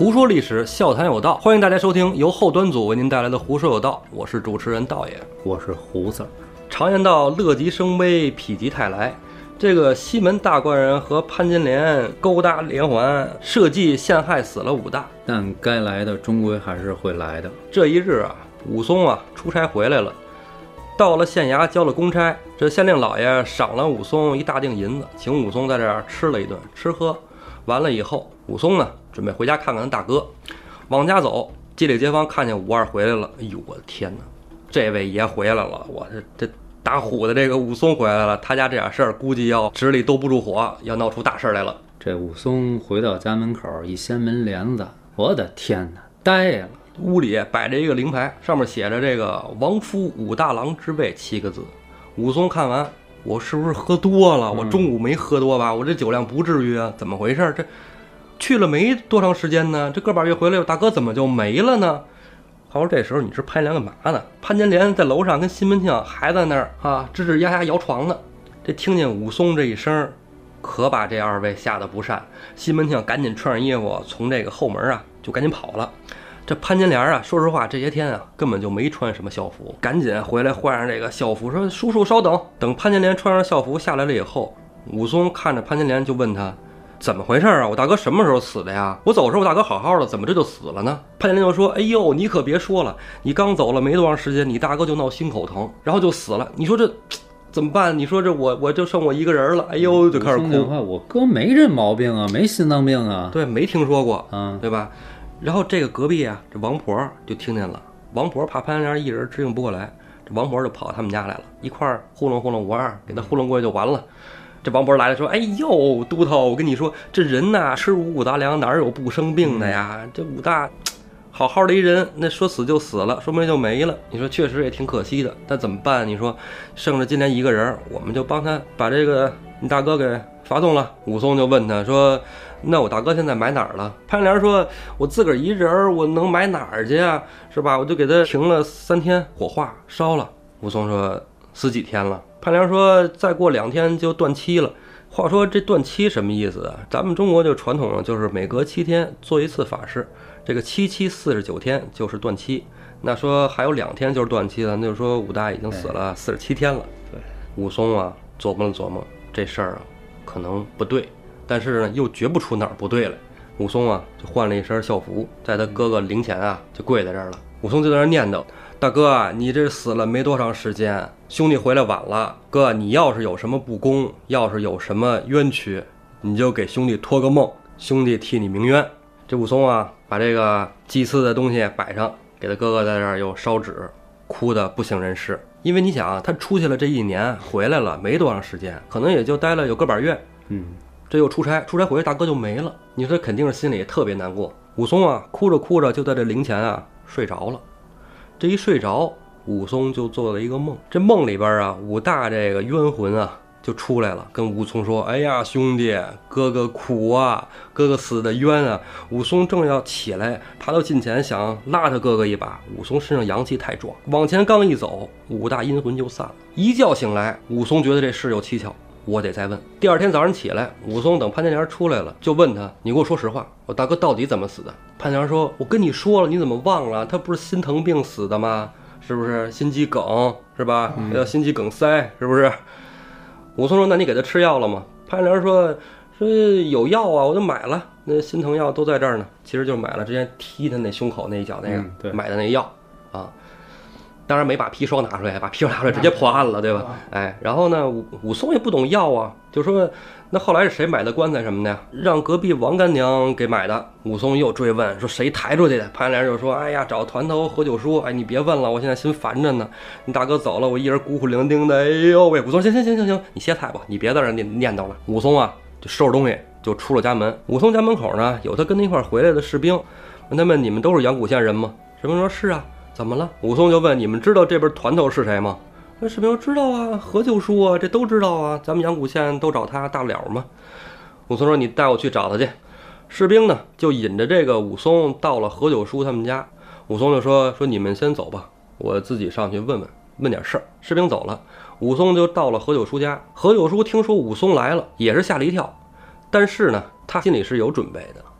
胡说历史，笑谈有道，欢迎大家收听由后端组为您带来的胡说有道，我是主持人道爷， 我是胡子。 常言道，乐极生悲，否极泰来。这个西门大官人和潘金莲勾搭连环，设计陷害死了武大， 但该来的终归还是会来的。 这一日啊，武松啊出差回来了，到了县衙交了公差，这县令老爷赏了武松一大锭银子，请武松在这儿吃了一顿，吃喝完了以后，武松呢准备回家看看他大哥，往家走，街里街坊看见武二回来了，哎呦我的天哪，这位爷回来了，我这打虎的这个武松回来了，他家这点事儿估计要纸里兜不住火，要闹出大事来了。 这武松回到家门口一掀门帘子，我的天哪，呆了。 屋里摆着一个灵牌，上面写着这个王夫武大郎之位7个字。武松看完，我是不是喝多了？我中午没喝多吧？我这酒量不至于啊？怎么回事？这去了没多长时间呢？这个把月回来，大哥怎么就没了呢？好说这时候你是潘金莲干嘛呢？潘金莲在楼上跟西门庆还在那儿啊吱吱呀呀摇床呢。这听见武松这一声，可把这二位吓得不善。西门庆赶紧穿上衣服，从这个后门啊就赶紧跑了。这潘金莲啊，说实话这些天啊根本就没穿什么校服，赶紧回来换上这个校服，说叔叔稍等。等潘金莲穿上校服下来了以后，武松看着潘金莲就问他，怎么回事啊？我大哥什么时候死的呀？我走的时候我大哥好好的，怎么这就死了呢？潘金莲就说，哎呦，你可别说了，你刚走了没多长时间，你大哥就闹心口疼，然后就死了。你说这怎么办？你说这我就剩我一个人了，哎呦，就开始哭。 我哥没这毛病啊，没心脏病啊。 对，没听说过， 对吧？然后这个隔壁啊，这王婆就听见了，王婆怕潘金莲一人支应不过来，这王婆就跑到他们家来了，一块儿糊弄糊弄武二，给他糊弄过去就完了。这王婆来了说，哎呦，都头，我跟你说，这人呐，吃五谷杂粮哪有不生病的呀？这武大好好的一人，那说死就死了，说没就没了。你说确实也挺可惜的，但怎么办？你说剩着金莲一个人，我们就帮他把这个你大哥给发动了。武松就问他说，那我大哥现在埋哪儿了？潘金莲说，我自个儿一人，我能埋哪儿去啊？是吧？我就给他停了3天，火化烧了。武松说，死几天了？潘金莲说，再过2天就断期了。话说这断期什么意思啊？咱们中国就传统就是每隔7天做一次法事，这个7期49天就是断期。那说还有2天就是断期了，那就说武大已经死了47天了。 对， 武松啊琢磨了琢磨，这事儿啊可能不对，但是呢又觉不出哪儿不对来。武松啊就换了一身校服，在他哥哥灵前啊就跪在这儿了。武松就在那儿念叨，大哥啊，你这死了没多长时间，兄弟回来晚了，哥你要是有什么不公，要是有什么冤屈，你就给兄弟托个梦，兄弟替你鸣冤。这武松啊把这个祭祀的东西摆上，给他哥哥在这儿又烧纸，哭得不省人事。因为你想他出去了这1年，回来了没多长时间，可能也就待了有个把月，这又出差回来，大哥就没了。你说肯定是心里特别难过。武松啊哭着哭着就在这灵前啊睡着了。这一睡着，武松就做了一个梦。这梦里边啊，武大这个冤魂啊就出来了，跟武松说，哎呀兄弟，哥哥苦啊，哥哥死的冤啊。武松正要起来爬到近前想拉他哥哥一把，武松身上阳气太壮，往前刚一走，武大阴魂就散了。一觉醒来，武松觉得这事有蹊跷，我得再问。第二天早上起来，武松等潘金莲出来了，就问他，你给我说实话，我大哥到底怎么死的？潘金莲说，我跟你说了，你怎么忘了？他不是心疼病死的吗？是不是心肌梗，是吧？要心肌梗塞，是不是？武松说，那你给他吃药了吗？潘金莲说有药啊，我都买了，那心疼药都在这儿呢。其实就是买了之前踢他那胸口那一脚那个，买的那药啊。当然没把砒霜拿出来，把砒霜拿出来直接破案了，对吧？哎，然后呢，武松也不懂药啊，就说那后来是谁买的棺材什么的，让隔壁王干娘给买的。武松又追问说谁抬出去的？潘金莲就说，哎呀，找团头何九叔，哎，你别问了，我现在心烦着呢。你大哥走了，我一人孤苦伶仃的，哎呦喂！武松行，你歇菜吧，你别在这念叨了。武松啊，就收拾东西就出了家门。武松家门口呢，有他跟他一块回来的士兵，问他们，你们都是阳谷县人吗？士兵说是啊。怎么了？武松就问，你们知道这边团头是谁吗？那士兵说知道啊，何九叔啊，这都知道啊，咱们阳谷县都找他大了嘛。武松说，你带我去找他去。士兵呢就引着这个武松到了何九叔他们家。武松就说你们先走吧，我自己上去问点事儿。士兵走了，武松就到了何九叔家。何九叔听说武松来了，也是吓了一跳，但是呢他心里是有准备的。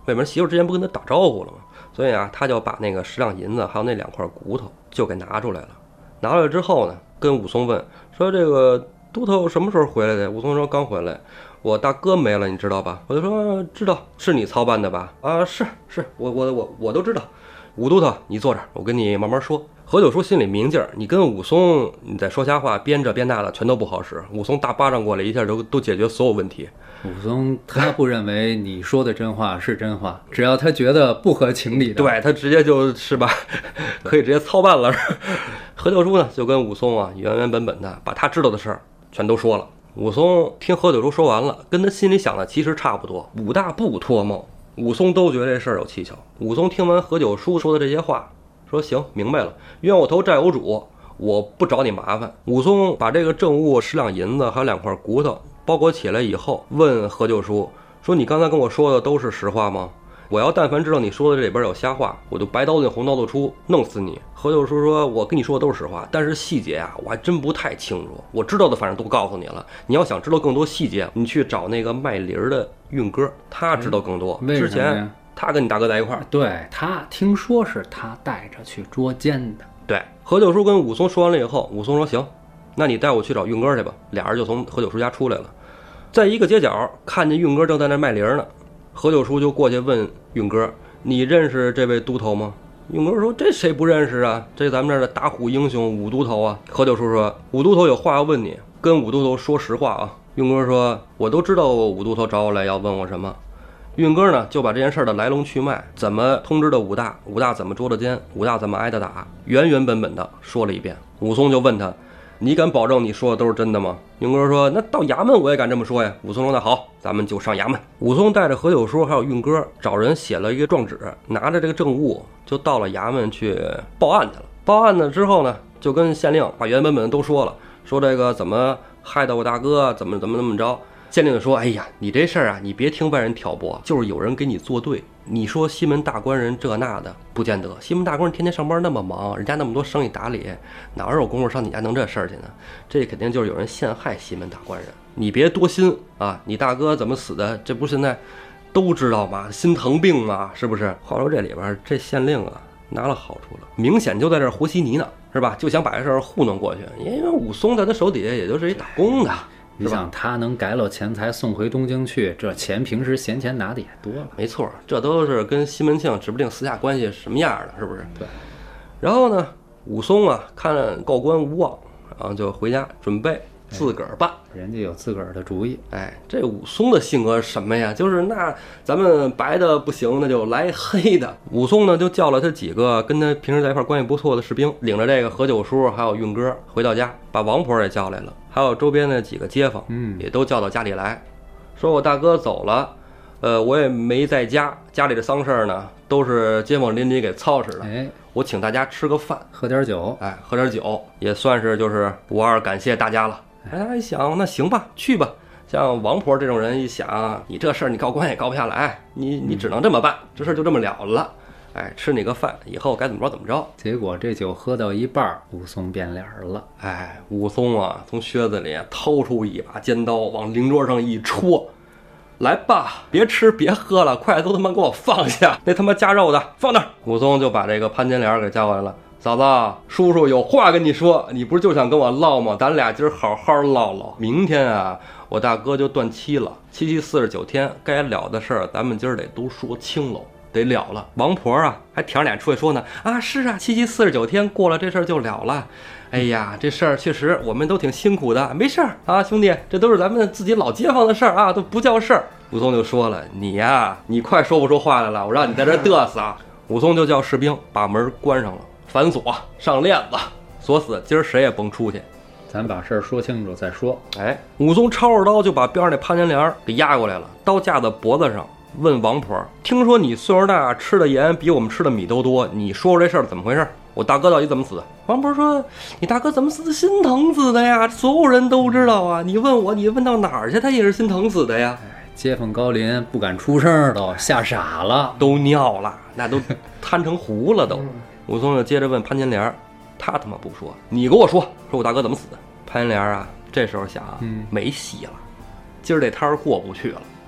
为什么媳妇之前不跟他打招呼了吗？所以啊，他就把那个10两银子还有那2块骨头就给拿出来了。拿出来之后呢，跟武松问说：“这个都头什么时候回来的？”武松说：“刚回来。我大哥没了，你知道吧？”我就说：“知道，是你操办的吧？”啊，是，我都知道。武都头，你坐这儿，我跟你慢慢说。何九叔心里明镜儿，你跟武松你在说瞎话，编这编那的全都不好使。武松大巴掌过来，一下都解决所有问题。 武松他不认为你说的真话是真话，只要他觉得不合情理的， 对他直接就是吧，可以直接操办了。何九叔呢，就跟武松啊原原本本的把他知道的事儿全都说了。武松听何九叔说完了，跟他心里想的其实差不多，武大不脱帽。武松都觉得这事儿有蹊跷。武松听完何九叔说的这些话，说行，明白了，冤有头债有主，我不找你麻烦。武松把这个证物10两银子还有2块骨头包裹起来以后，问何九叔说：“你刚才跟我说的都是实话吗？我要但凡知道你说的这里边有瞎话，我就白刀进红刀子出，弄死你。”何九叔说：“我跟你说的都是实话，但是细节啊，我还真不太清楚。我知道的反正都告诉你了。你要想知道更多细节，你去找那个卖梨儿的运哥，他知道更多。之前他跟你大哥在一块儿， 对，他听说是他带着去捉奸的。 对，何九叔跟武松说完了以后，武松说：“行，那你带我去找运哥去吧。”俩人就从何九叔家出来了，在一个街角看见运哥正在那卖梨儿呢。何九叔就过去问运哥：“你认识这位都头吗？”运哥说：“这谁不认识啊？这咱们这儿的打虎英雄武都头啊。”何九叔说：“武都头有话要问你，跟武都头说实话啊。”运哥说：“我都知道武都头找我来要问我什么。”运哥呢就把这件事的来龙去脉，怎么通知的武大，武大怎么捉的奸，武大怎么挨的打，原原本本的说了一遍。武松就问他：“你敢保证你说的都是真的吗？”运哥说：“那到衙门我也敢这么说呀。”武松说：“那好，咱们就上衙门。”武松带着何九叔还有运哥找人写了一个状纸，拿着这个证物就到了衙门去报案去了。报案了之后呢，就跟县令把原原本本都说了，说这个怎么害到我大哥，怎么着。县令就说：“哎呀，你这事儿啊，你别听外人挑拨，就是有人给你作对。你说西门大官人这那的，不见得。西门大官人天天上班那么忙，人家那么多生意打理，哪有功夫上你家弄这事儿去呢？这肯定就是有人陷害西门大官人。你别多心啊！你大哥怎么死的？这不是现在都知道吗？心疼病嘛，是不是？”话说这里边这县令啊，拿了好处了，明显就在这和稀泥呢，是吧？就想把这事儿糊弄过去，因为武松在他手底下也就是一打工的。 你想他能改了钱财送回东京去，这钱平时闲钱拿的也多了。 没错，这都是跟西门庆指不定私下关系什么样的，是不是？ 对。 然后呢，武松啊看告官无望，然后就回家准备自个儿办。 人家有自个儿的主意。 哎，这武松的性格是什么呀？就是那咱们白的不行，那就来黑的。武松呢就叫了他几个跟他平时在一块关系不错的士兵，领着这个何九叔还有运哥回到家，把王婆也叫来了，还有周边的几个街坊，也都叫到家里来，说我大哥走了，我也没在家，家里的丧事呢都是街坊邻里给操持的，我请大家吃个饭， 喝点酒， 喝点酒，也算是就是无二感谢大家了。一想那行吧，去吧。像王婆这种人一想，你这事儿你告官也告不下来，你只能这么办，这事儿就这么了了。吃你个饭，以后该怎么着怎么着。 结果这酒喝到一半，武松变脸了。 武松啊，从靴子里掏出一把尖刀，往灵桌上一戳，来吧，别吃别喝了，筷子都他妈给我放下，那他妈夹肉的放那儿。武松就把这个潘金莲给叫过来了。嫂子，叔叔有话跟你说，你不是就想跟我唠吗？咱俩今儿好好唠唠。明天啊，我大哥就断期了，7七49天，该了的事儿，咱们今儿得都说清喽，得了了。王婆啊，还舔着脸出去说呢，是啊，7七49天过了，这事儿就了了。哎呀，这事儿确实我们都挺辛苦的，没事儿啊，兄弟，这都是咱们自己老街坊的事儿啊，都不叫事儿。武松就说了，你呀，你快说不出话来了，我让你在这嘚瑟啊。武松就叫士兵把门关上了。反锁上链子，锁死，今儿谁也甭出去。 咱把事儿说清楚再说。 武松抄着刀就把边上那潘金莲给压过来了，刀架在脖子上，问王婆：“听说你岁数大，吃的盐比我们吃的米都多，你说说这事儿怎么回事？我大哥到底怎么死的？”王婆说：“你大哥怎么死的？心疼死的呀，所有人都知道啊。你问我，你问到哪儿去？他也是心疼死的呀。” 街坊高邻不敢出声，都吓傻了， 都尿了，那都摊成糊了都。武松就接着问潘金莲，他他妈不说，你给我说我大哥怎么死的。潘金莲啊，这时候想没戏了，今儿这摊儿过不去了。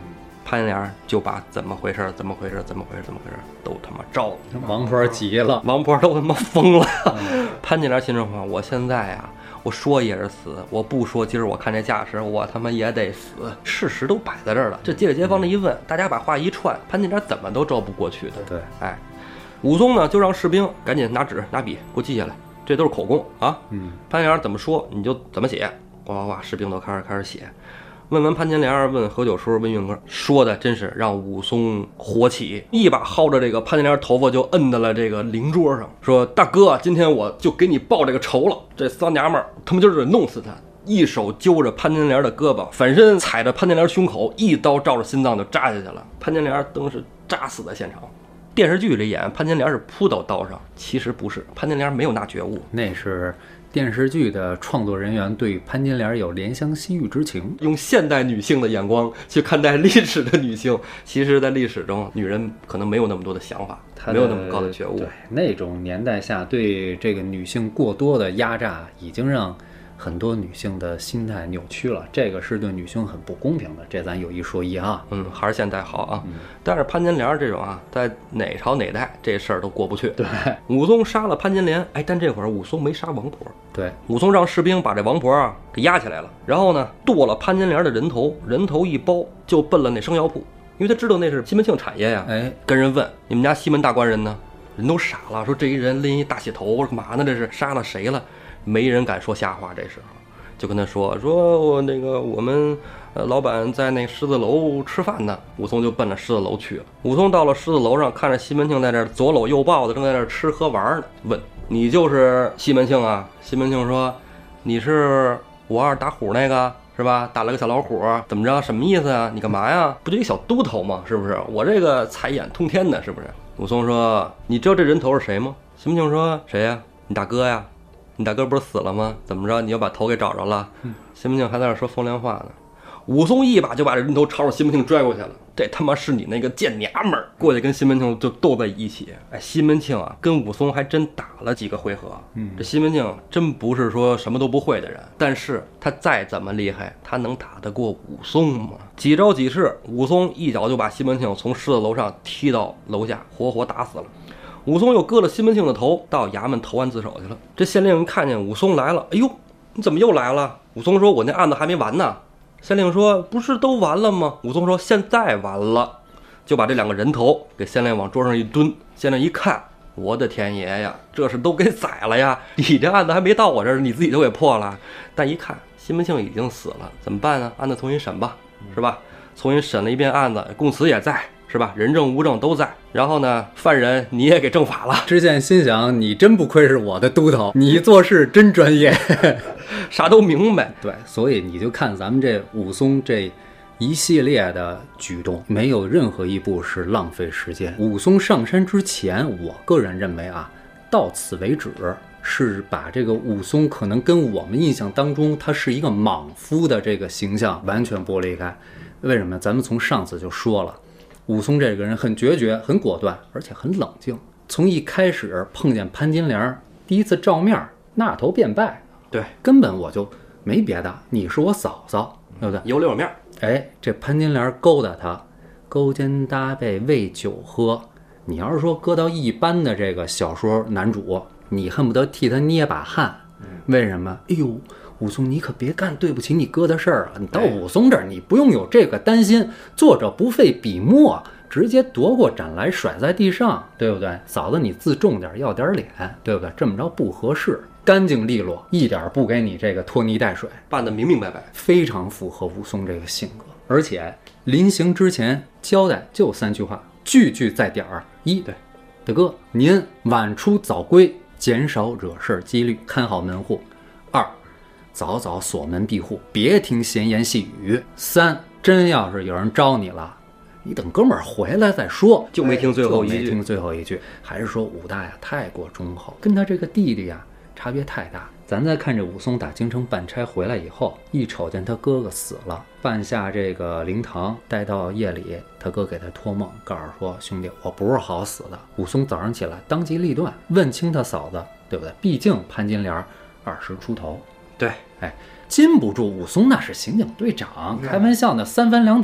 潘金莲就把怎么回事都他妈招了。 王婆急了， 王婆都他妈疯了。潘金莲心中话，我现在啊，我说也是死，我不说今儿我看这架势，我他妈也得死。事实都摆在这儿了，这街里街坊的一问，大家把话一串，潘金莲怎么都招不过去的。 对， 哎，武松呢就让士兵赶紧拿纸拿笔给我记下来，这都是口供啊。潘金莲怎么说你就怎么写，哗哗哗，士兵都开始写。问完潘金莲，问何九叔，问运哥，说的真是让武松火起，一把薅着这个潘金莲头发就摁在了这个灵桌上，说大哥，今天我就给你报这个仇了，这仨娘们儿他们就是得弄死他。一手揪着潘金莲的胳膊，反身踩着潘金莲胸口，一刀照着心脏就扎下去了。潘金莲登是扎死在现场。电视剧里演潘金莲是扑到刀上，其实不是，潘金莲没有那觉悟， 那是电视剧的创作人员对潘金莲有怜香惜玉之情， 用现代女性的眼光去看待历史的女性，其实在历史中女人可能没有那么多的想法，没有那么高的觉悟。 对，那种年代下对这个女性过多的压榨，已经让很多女性的心态扭曲了，这个是对女性很不公平的，这咱有一说一啊。 还是现代好啊。但是潘金莲这种啊，在哪朝哪代这事儿都过不去。 对， 武松杀了潘金莲，哎，但这会儿武松没杀王婆。 对， 武松让士兵把这王婆啊给压起来了，然后呢剁了潘金莲的人头，人头一包就奔了那生药铺，因为他知道那是西门庆产业呀。 哎， 跟人问你们家西门大官人呢？人都傻了，说这一人拎一大血头干嘛呢？这是杀了谁了？没人敢说瞎话，这时候就跟他说我们老板在那狮子楼吃饭呢。武松就奔着狮子楼去了。武松到了狮子楼上，看着西门庆在这左搂右抱的正在这吃喝玩呢，问你就是西门庆啊？西门庆说你是我二打虎那个是吧？打了个小老虎，怎么着？什么意思啊？你干嘛呀？不就一小秃头吗？是不是？我这个才眼通天的，是不是？武松说你知道这人头是谁吗？西门庆说谁呀？你大哥呀。你大哥不是死了吗？怎么着？你要把头给找着了？西门庆还在那说风凉话呢。武松一把就把这人头朝着西门庆拽过去了。这他妈是你那个贱娘们儿！过去跟西门庆就斗在一起。哎，西门庆啊，跟武松还真打了几个回合。这西门庆真不是说什么都不会的人，但是他再怎么厉害，他能打得过武松吗？几招几式，武松一脚就把西门庆从狮子楼上踢到楼下，活活打死了。武松又割了西门庆的头，到衙门投案自首去了。这县令看见武松来了，哎呦，你怎么又来了？武松说：“我那案子还没完呢。”县令说：“不是都完了吗？”武松说：“现在完了。”就把这两个人头给县令往桌上一蹲。县令一看，我的天爷呀，这是都给宰了呀！你这案子还没到我这儿，你自己都给破了。但一看西门庆已经死了，怎么办呢？案子重新审吧，是吧？重新审了一遍案子，供词也在。是吧？人证物证都在，然后呢，犯人你也给正法了。 知县心想，你真不愧是我的督头，你做事真专业， 啥都明白。 对，所以你就看咱们这武松这一系列的举动，没有任何一步是浪费时间。武松上山之前，我个人认为啊，到此为止，是把这个武松可能跟我们印象当中他是一个莽夫的这个形象完全剥离开。为什么？咱们从上次就说了。武松这个人很决绝，很果断，而且很冷静。从一开始碰见潘金莲，第一次照面，那头便拜， 对， 根本我就没别的，你是我嫂嫂，对不对？ 有脸面。 哎，这潘金莲勾搭他，勾肩搭背喂酒喝。你要是说搁到一般的这个小说男主，你恨不得替他捏把汗。为什么？哎呦，武松，你可别干对不起你哥的事儿啊！你到武松这儿，你不用有这个担心。作者不费笔墨，直接夺过斩来甩在地上，对不对？嫂子，你自重点，要点脸，对不对？这么着不合适，干净利落，一点不给你这个拖泥带水， 办得明明白白， 非常符合武松这个性格。而且临行之前交代就3句话，句句在点儿。一，对，大哥，您晚出早归，减少惹事几率，看好门户。2，早早锁门闭户，别听闲言细语。3，真要是有人招你了，你等哥们儿回来再说。 就没听最后一句， 没听最后一句，还是说武大呀太过忠厚，跟他这个弟弟呀差别太大。咱再看这武松打京城办差回来以后，一瞅见他哥哥死了，办下这个灵堂，待到夜里，他哥给他托梦，告诉说兄弟，我不是好死的。武松早上起来当机立断，问清他嫂子，对不对？毕竟潘金莲20出头， 对， 哎，禁不住武松那是刑警队长，开玩笑呢，3番2倒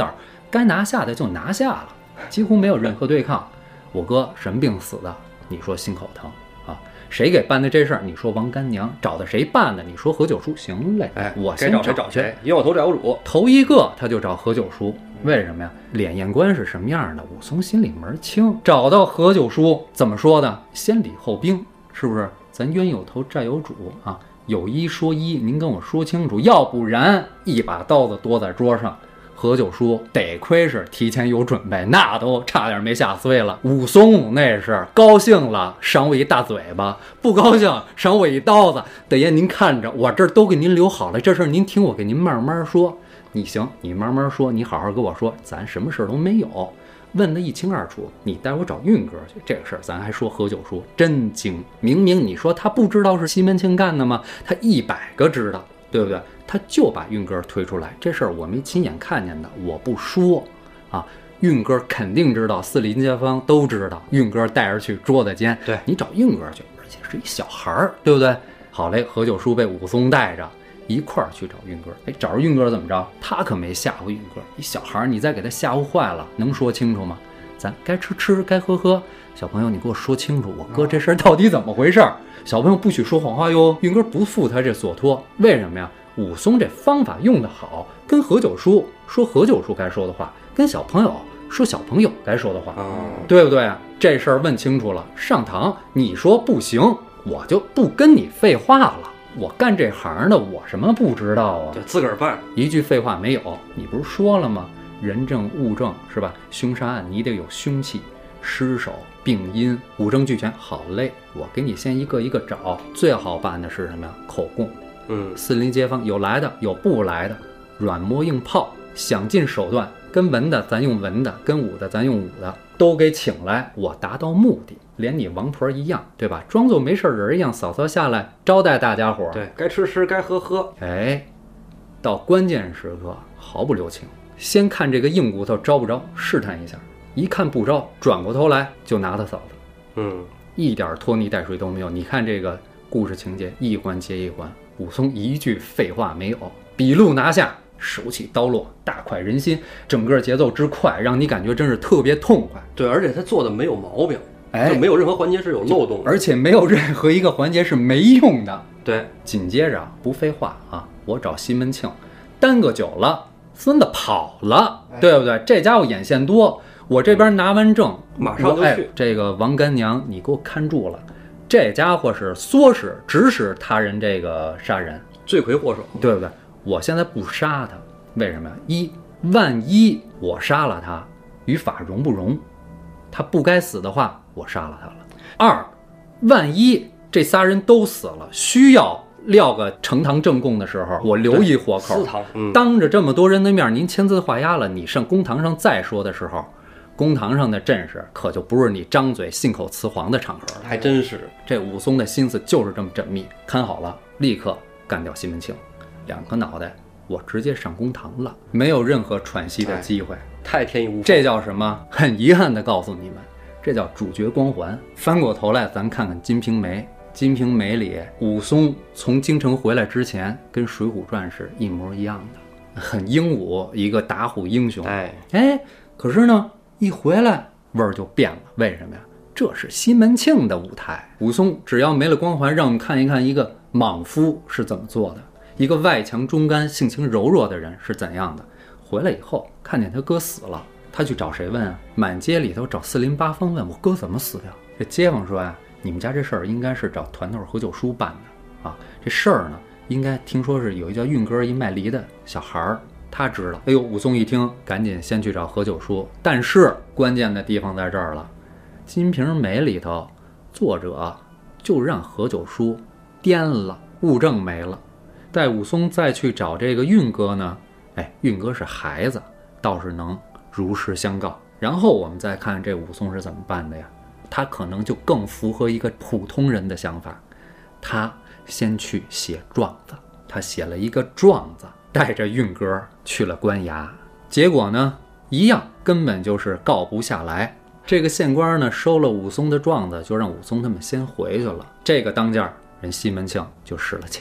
该拿下的就拿下了，几乎没有任何对抗。我哥什么病死的？你说心口疼啊？谁给办的这事儿？你说王干娘找的谁办的？你说何九叔。行嘞，我先该找谁？冤枉头债有主。 头一个他就找何九叔，为什么呀？脸验官是什么样的？武松心里门清。找到何九叔怎么说的？先礼后兵，是不是？咱冤有头债有主啊，有一说一，您跟我说清楚，要不然一把刀子剁在桌上。何九叔得亏是提前有准备，那都差点没吓碎了。武松那是高兴了，赏我一大嘴巴；不高兴，赏我一刀子。大爷您看着，我这儿都给您留好了，这事儿您听我给您慢慢说。你行，你慢慢说，你好好跟我说，咱什么事儿都没有，问得一清二楚。你带我找运哥去，这个事儿咱还说何九叔真精，明明你说他不知道是西门庆干的吗？他100个知道，对不对？他就把运哥推出来，这事儿我没亲眼看见的，我不说啊。运哥肯定知道，四邻街坊都知道，运哥带着去桌子间， 对， 你找运哥去，而且是一小孩儿，对不对？好嘞，何九叔被武松带着一块儿去找运哥。哎，找着运哥怎么着？他可没吓唬运哥，一小孩儿你再给他吓唬坏了，能说清楚吗？咱该吃吃，该喝喝。小朋友，你给我说清楚，我哥这事儿到底怎么回事？小朋友不许说谎话哟。运哥不负他这所托，为什么呀？武松这方法用得好，跟何九叔说何九叔该说的话，跟小朋友说小朋友该说的话，对不对啊？这事儿问清楚了，上堂你说不行，我就不跟你废话了。我干这行的，我什么不知道啊？ 就自个儿办， 一句废话没有。你不是说了吗？人证物证是吧？凶杀案你得有凶器、尸首、病因，五证俱全。好嘞，我给你先一个一个找。最好办的是什么呀？口供。四邻街坊有来的有不来的，软磨硬泡，想尽手段，跟文的咱用文的，跟武的咱用武的，都给请来，我达到目的。连你王婆一样，对吧？装作没事人一样，嫂嫂下来招待大家伙。 对，该吃吃，该喝喝。 哎，到关键时刻毫不留情，先看这个硬骨头招不招，试探一下。一看不招，转过头来就拿他嫂子。一点拖泥带水都没有。你看这个故事情节，一环接一环。武松一句废话没有，笔录拿下，手起刀落，大快人心，整个节奏之快，让你感觉真是特别痛快。 对，而且他做的没有毛病，就没有任何环节是有漏洞的， 而且没有任何一个环节是没用的。 对， 紧接着不废话啊，我找西门庆，耽搁久了，孙子跑了，对不对？这家伙眼线多，我这边拿完证， 马上就去。 这个王干娘，你给我看住了。这家伙是唆使、指使他人这个杀人， 罪魁祸首， 对不对？我现在不杀他，为什么呀？万一我杀了他，于法容不容？他不该死的话，我杀了他了。万一这仨人都死了，需要撂个呈堂证供的时候，我留一活口，当着这么多人的面，您签字画押了，你上公堂上再说的时候，公堂上的阵势可就不是你张嘴信口雌黄的场合了。 还真是， 这武松的心思就是这么缜密，看好了，立刻干掉西门庆，2个脑袋，我直接上公堂了，没有任何喘息的机会， 太天衣无缝。 这叫什么？很遗憾的告诉你们，这叫主角光环。翻过头来，咱看看《金瓶梅》。《金瓶梅》里，武松从京城回来之前，跟《水浒传》是一模一样的，很英武，一个打虎英雄。可是呢，一回来味儿就变了。为什么呀？这是西门庆的舞台。武松只要没了光环，让我们看一看一个莽夫是怎么做的，一个外强中干、性情柔弱的人是怎样的。回来以后，看见他哥死了，他去找谁问啊？满街里头找四邻八坊问，我哥怎么死的？这街坊说啊，你们家这事儿应该是找团头何九叔办的啊。这事儿呢，应该听说是有一叫运哥一卖梨的小孩儿，他知道。哎呦，武松一听，赶紧先去找何九叔。但是关键的地方在这儿了，《金瓶梅》里头作者就让何九叔颠了，物证没了。带武松再去找这个运哥呢，运哥是孩子，倒是能如实相告。然后我们再看这武松是怎么办的呀？他可能就更符合一个普通人的想法。他先去写状子，他写了一个状子，带着运哥去了官衙。结果呢，一样，根本就是告不下来。这个县官呢，收了武松的状子，就让武松他们先回去了。这个当家人西门庆就使了钱了，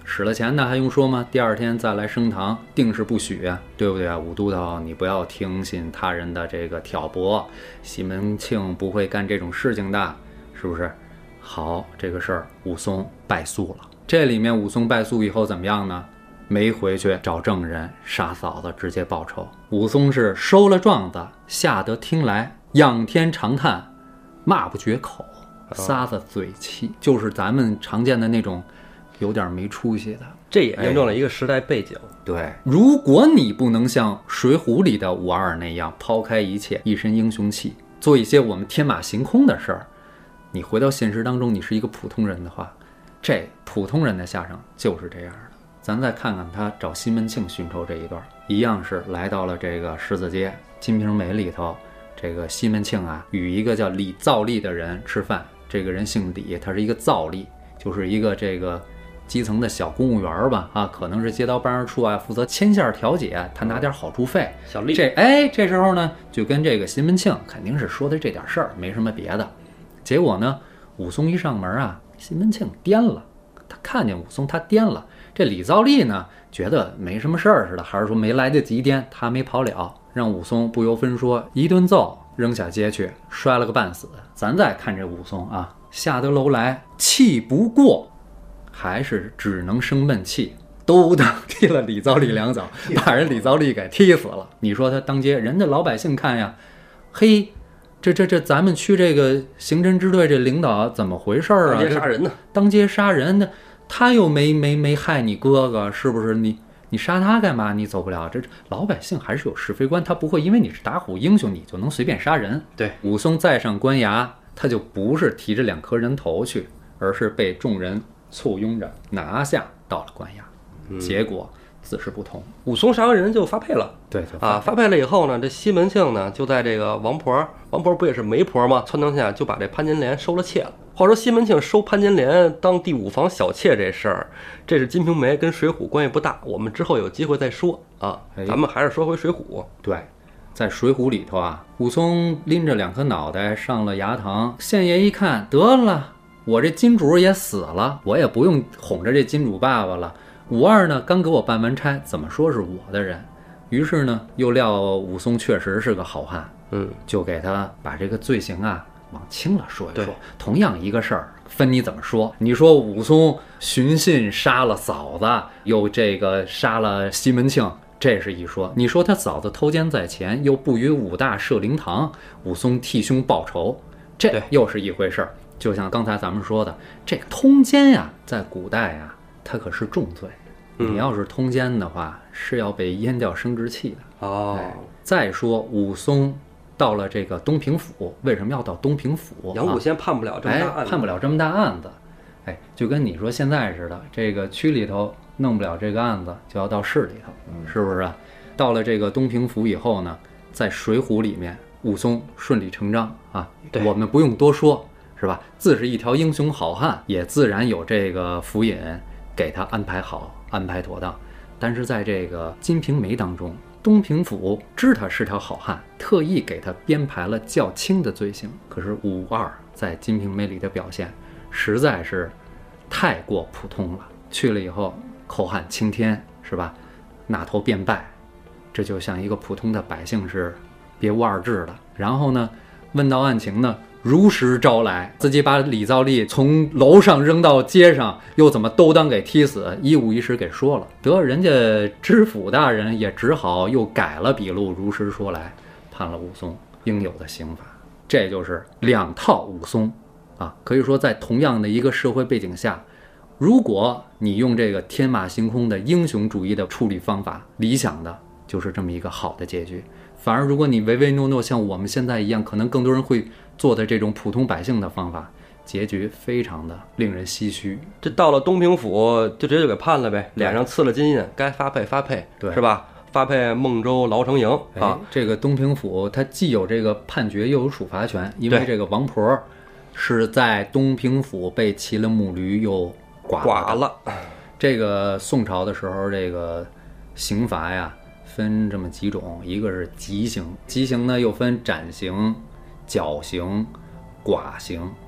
使了钱呢还用说吗？第二天再来升堂，定是不许啊，对不对啊？武都头，你不要听信他人的这个挑拨，西门庆不会干这种事情的，是不是？好，这个事儿武松败诉了。这里面武松败诉以后怎么样呢？没回去找证人杀嫂子，直接报仇。武松是收了状子，下得厅来，仰天长叹，骂不绝口，撒着嘴气，就是咱们常见的那种有点没出息的。 这也印证了一个时代背景。 对，如果你不能像《水浒》里的武二那样抛开一切，一身英雄气，做一些我们天马行空的事儿，你回到现实当中，你是一个普通人的话，这普通人的下场就是这样的。咱再看看他找西门庆寻仇这一段，一样是来到了这个狮子街金瓶梅里头，这个西门庆啊与一个叫李造吏的人吃饭，这个人姓李，他是一个造吏，就是一个这个基层的小公务员吧，啊，可能是街道办事处啊，负责牵线调解，他拿点好处费。 小吏这时候呢，就跟这个西门庆肯定是说的这点事儿，没什么别的。结果呢，武松一上门啊，西门庆颠了，他看见武松他颠了。这李造吏呢，觉得没什么事儿似的，还是说没来得及颠，他没跑了，让武松不由分说一顿揍，扔下街去，摔了个半死。咱再看这武松啊，下得楼来，气不过，还是只能生闷气，都当踢了李造吏两脚，把人李造吏给踢死了。你说他当街，人家老百姓看呀，嘿，这咱们区这个刑侦支队这领导怎么回事啊？ 当街杀人呢？ 当街杀人的。他又没害你哥哥，是不是？你杀他干嘛？你走不了。这老百姓还是有是非观，他不会因为你是打虎英雄，你就能随便杀人。 对， 武松再上官衙，他就不是提着2颗人头去，而是被众人簇拥着拿下到了官衙。结果自是不同。 武松杀完人就发配了。 对啊，发配了以后呢，这西门庆呢就在这个王婆不也是媒婆吗？撺掇下就把这潘金莲收了妾了。话说西门庆收潘金莲当第5房小妾这事儿，这是《金瓶梅》跟《水浒》关系不大，我们之后有机会再说啊。咱们还是说回《水浒》。 对，在《水浒》里头啊，武松拎着2颗脑袋上了衙堂，县爷一看，得了，我这金主也死了，我也不用哄着这金主爸爸了。武二呢，刚给我办完差，怎么说是我的人？于是呢，又料武松确实是个好汉，就给他把这个罪行啊往轻了说一说。同样一个事儿，分你怎么说。你说武松寻衅杀了嫂子，又这个杀了西门庆，这是一说。你说他嫂子偷奸在前，又不与武大设灵堂，武松替兄报仇，这又是一回事儿。就像刚才咱们说的，这个通奸呀，在古代呀，它可是重罪。你要是通奸的话，是要被阉掉生殖器的。再说武松到了这个东平府，为什么要到东平府？ 阳谷县判不了这么大案子， 判不了这么大案子。就跟你说现在似的，这个区里头弄不了这个案子，就要到市里头，是不是啊？到了这个东平府以后呢，在《水浒》里面，武松顺理成章啊，我们不用多说，是吧？自是一条英雄好汉，也自然有这个府尹给他安排好、安排妥当。但是在这个《金瓶梅》当中，东平府知他是条好汉，特意给他编排了较轻的罪行。可是武二在《金瓶梅》里的表现实在是太过普通了，去了以后口喊青天，是吧？那头便拜，这就像一个普通的百姓是别无二致的。然后呢，问到案情呢，如实招来，自己把李造吏从楼上扔到街上，又怎么都当给踢死，一五一十给说了。得人家知府大人也只好又改了笔录，如实说来，判了武松应有的刑罚。这就是2套武松啊，可以说在同样的一个社会背景下，如果你用这个天马行空的英雄主义的处理方法，理想的就是这么一个好的结局。反而如果你唯唯诺诺，像我们现在一样，可能更多人会做的这种普通百姓的方法，结局非常的令人唏嘘。 这到了东平府就直接就给判了呗，脸上刺了金印，该发配发配，对，是吧？发配孟州牢城营啊。 这个东平府它既有这个判决，又有处罚权，因为这个王婆是在东平府被骑了木驴又剐了。这个宋朝的时候，这个刑罚呀分这么几种，一个是极刑，极刑呢又分斩刑、绞刑、剐刑，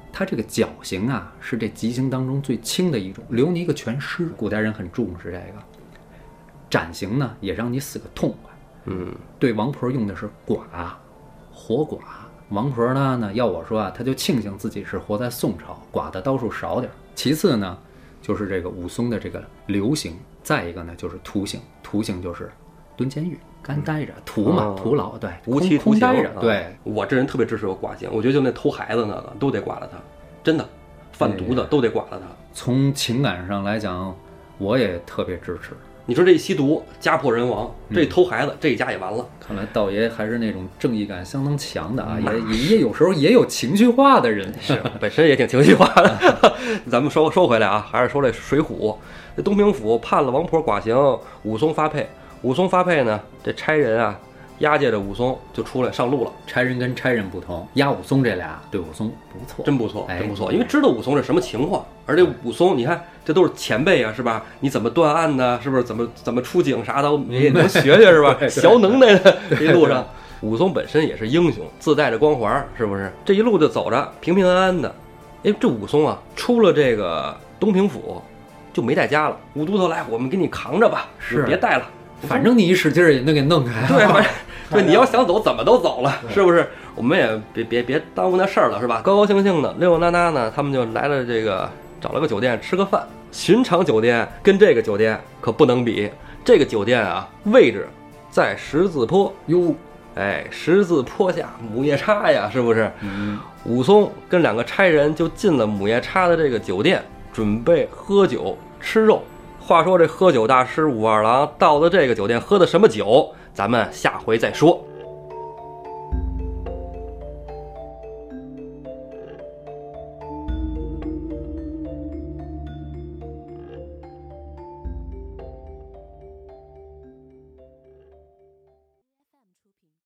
它这个绞刑啊，是这极刑当中最轻的一种，留你一个全尸。古代人很重视这个。斩刑呢，也让你死个痛快。对王婆用的是剐，活剐。王婆呢，要我说啊，她就庆幸自己是活在宋朝，剐的刀数少点。其次呢，就是这个武松的这个流刑，再一个呢就是徒刑。徒刑就是蹲监狱，干待着，徒嘛，徒劳，对， 无期徒刑。 待着。对， 我这人特别支持有剐刑，我觉得就那偷孩子那个都得剐了他，真的，贩毒的都得剐了他。 从情感上来讲，我也特别支持。 你说这吸毒家破人亡，这偷孩子这一家也完了。 看来道爷还是那种正义感相当强的啊，也有时候也有情绪化的人， 是本身也挺情绪化的。咱们说回来啊，还是说这水浒，这东平府判了王婆剐刑，武松发配。武松发配呢，这差人啊押解着武松就出来上路了。 差人跟差人不同，押武松这俩对武松不错， 真不错，真不错，因为知道武松是什么情况，而且武松你看这都是前辈啊，是吧？你怎么断案呢？是不是怎么出警啥的也能学学是吧？小能耐的这一路上，武松本身也是英雄，自带着光环，是不是？这一路就走着平平安安的。哎，这武松啊，出了这个东平府就没带家了。武都头来，我们给你扛着吧， 是别带了。 反正你一使劲也能给弄开。 对，反正对，你要想走怎么都走了，是不是？我们也别耽误那事儿了，是吧？高高兴兴的溜溜达达呢，他们就来了这个找了个酒店吃个饭。寻常酒店跟这个酒店可不能比，这个酒店啊位置在十字坡哟， 哎，十字坡下母夜叉呀，是不是？武松跟两个差人就进了母夜叉的这个酒店，准备喝酒吃肉。话说这喝酒大师武二郎到了这个酒店喝的什么酒，咱们下回再说。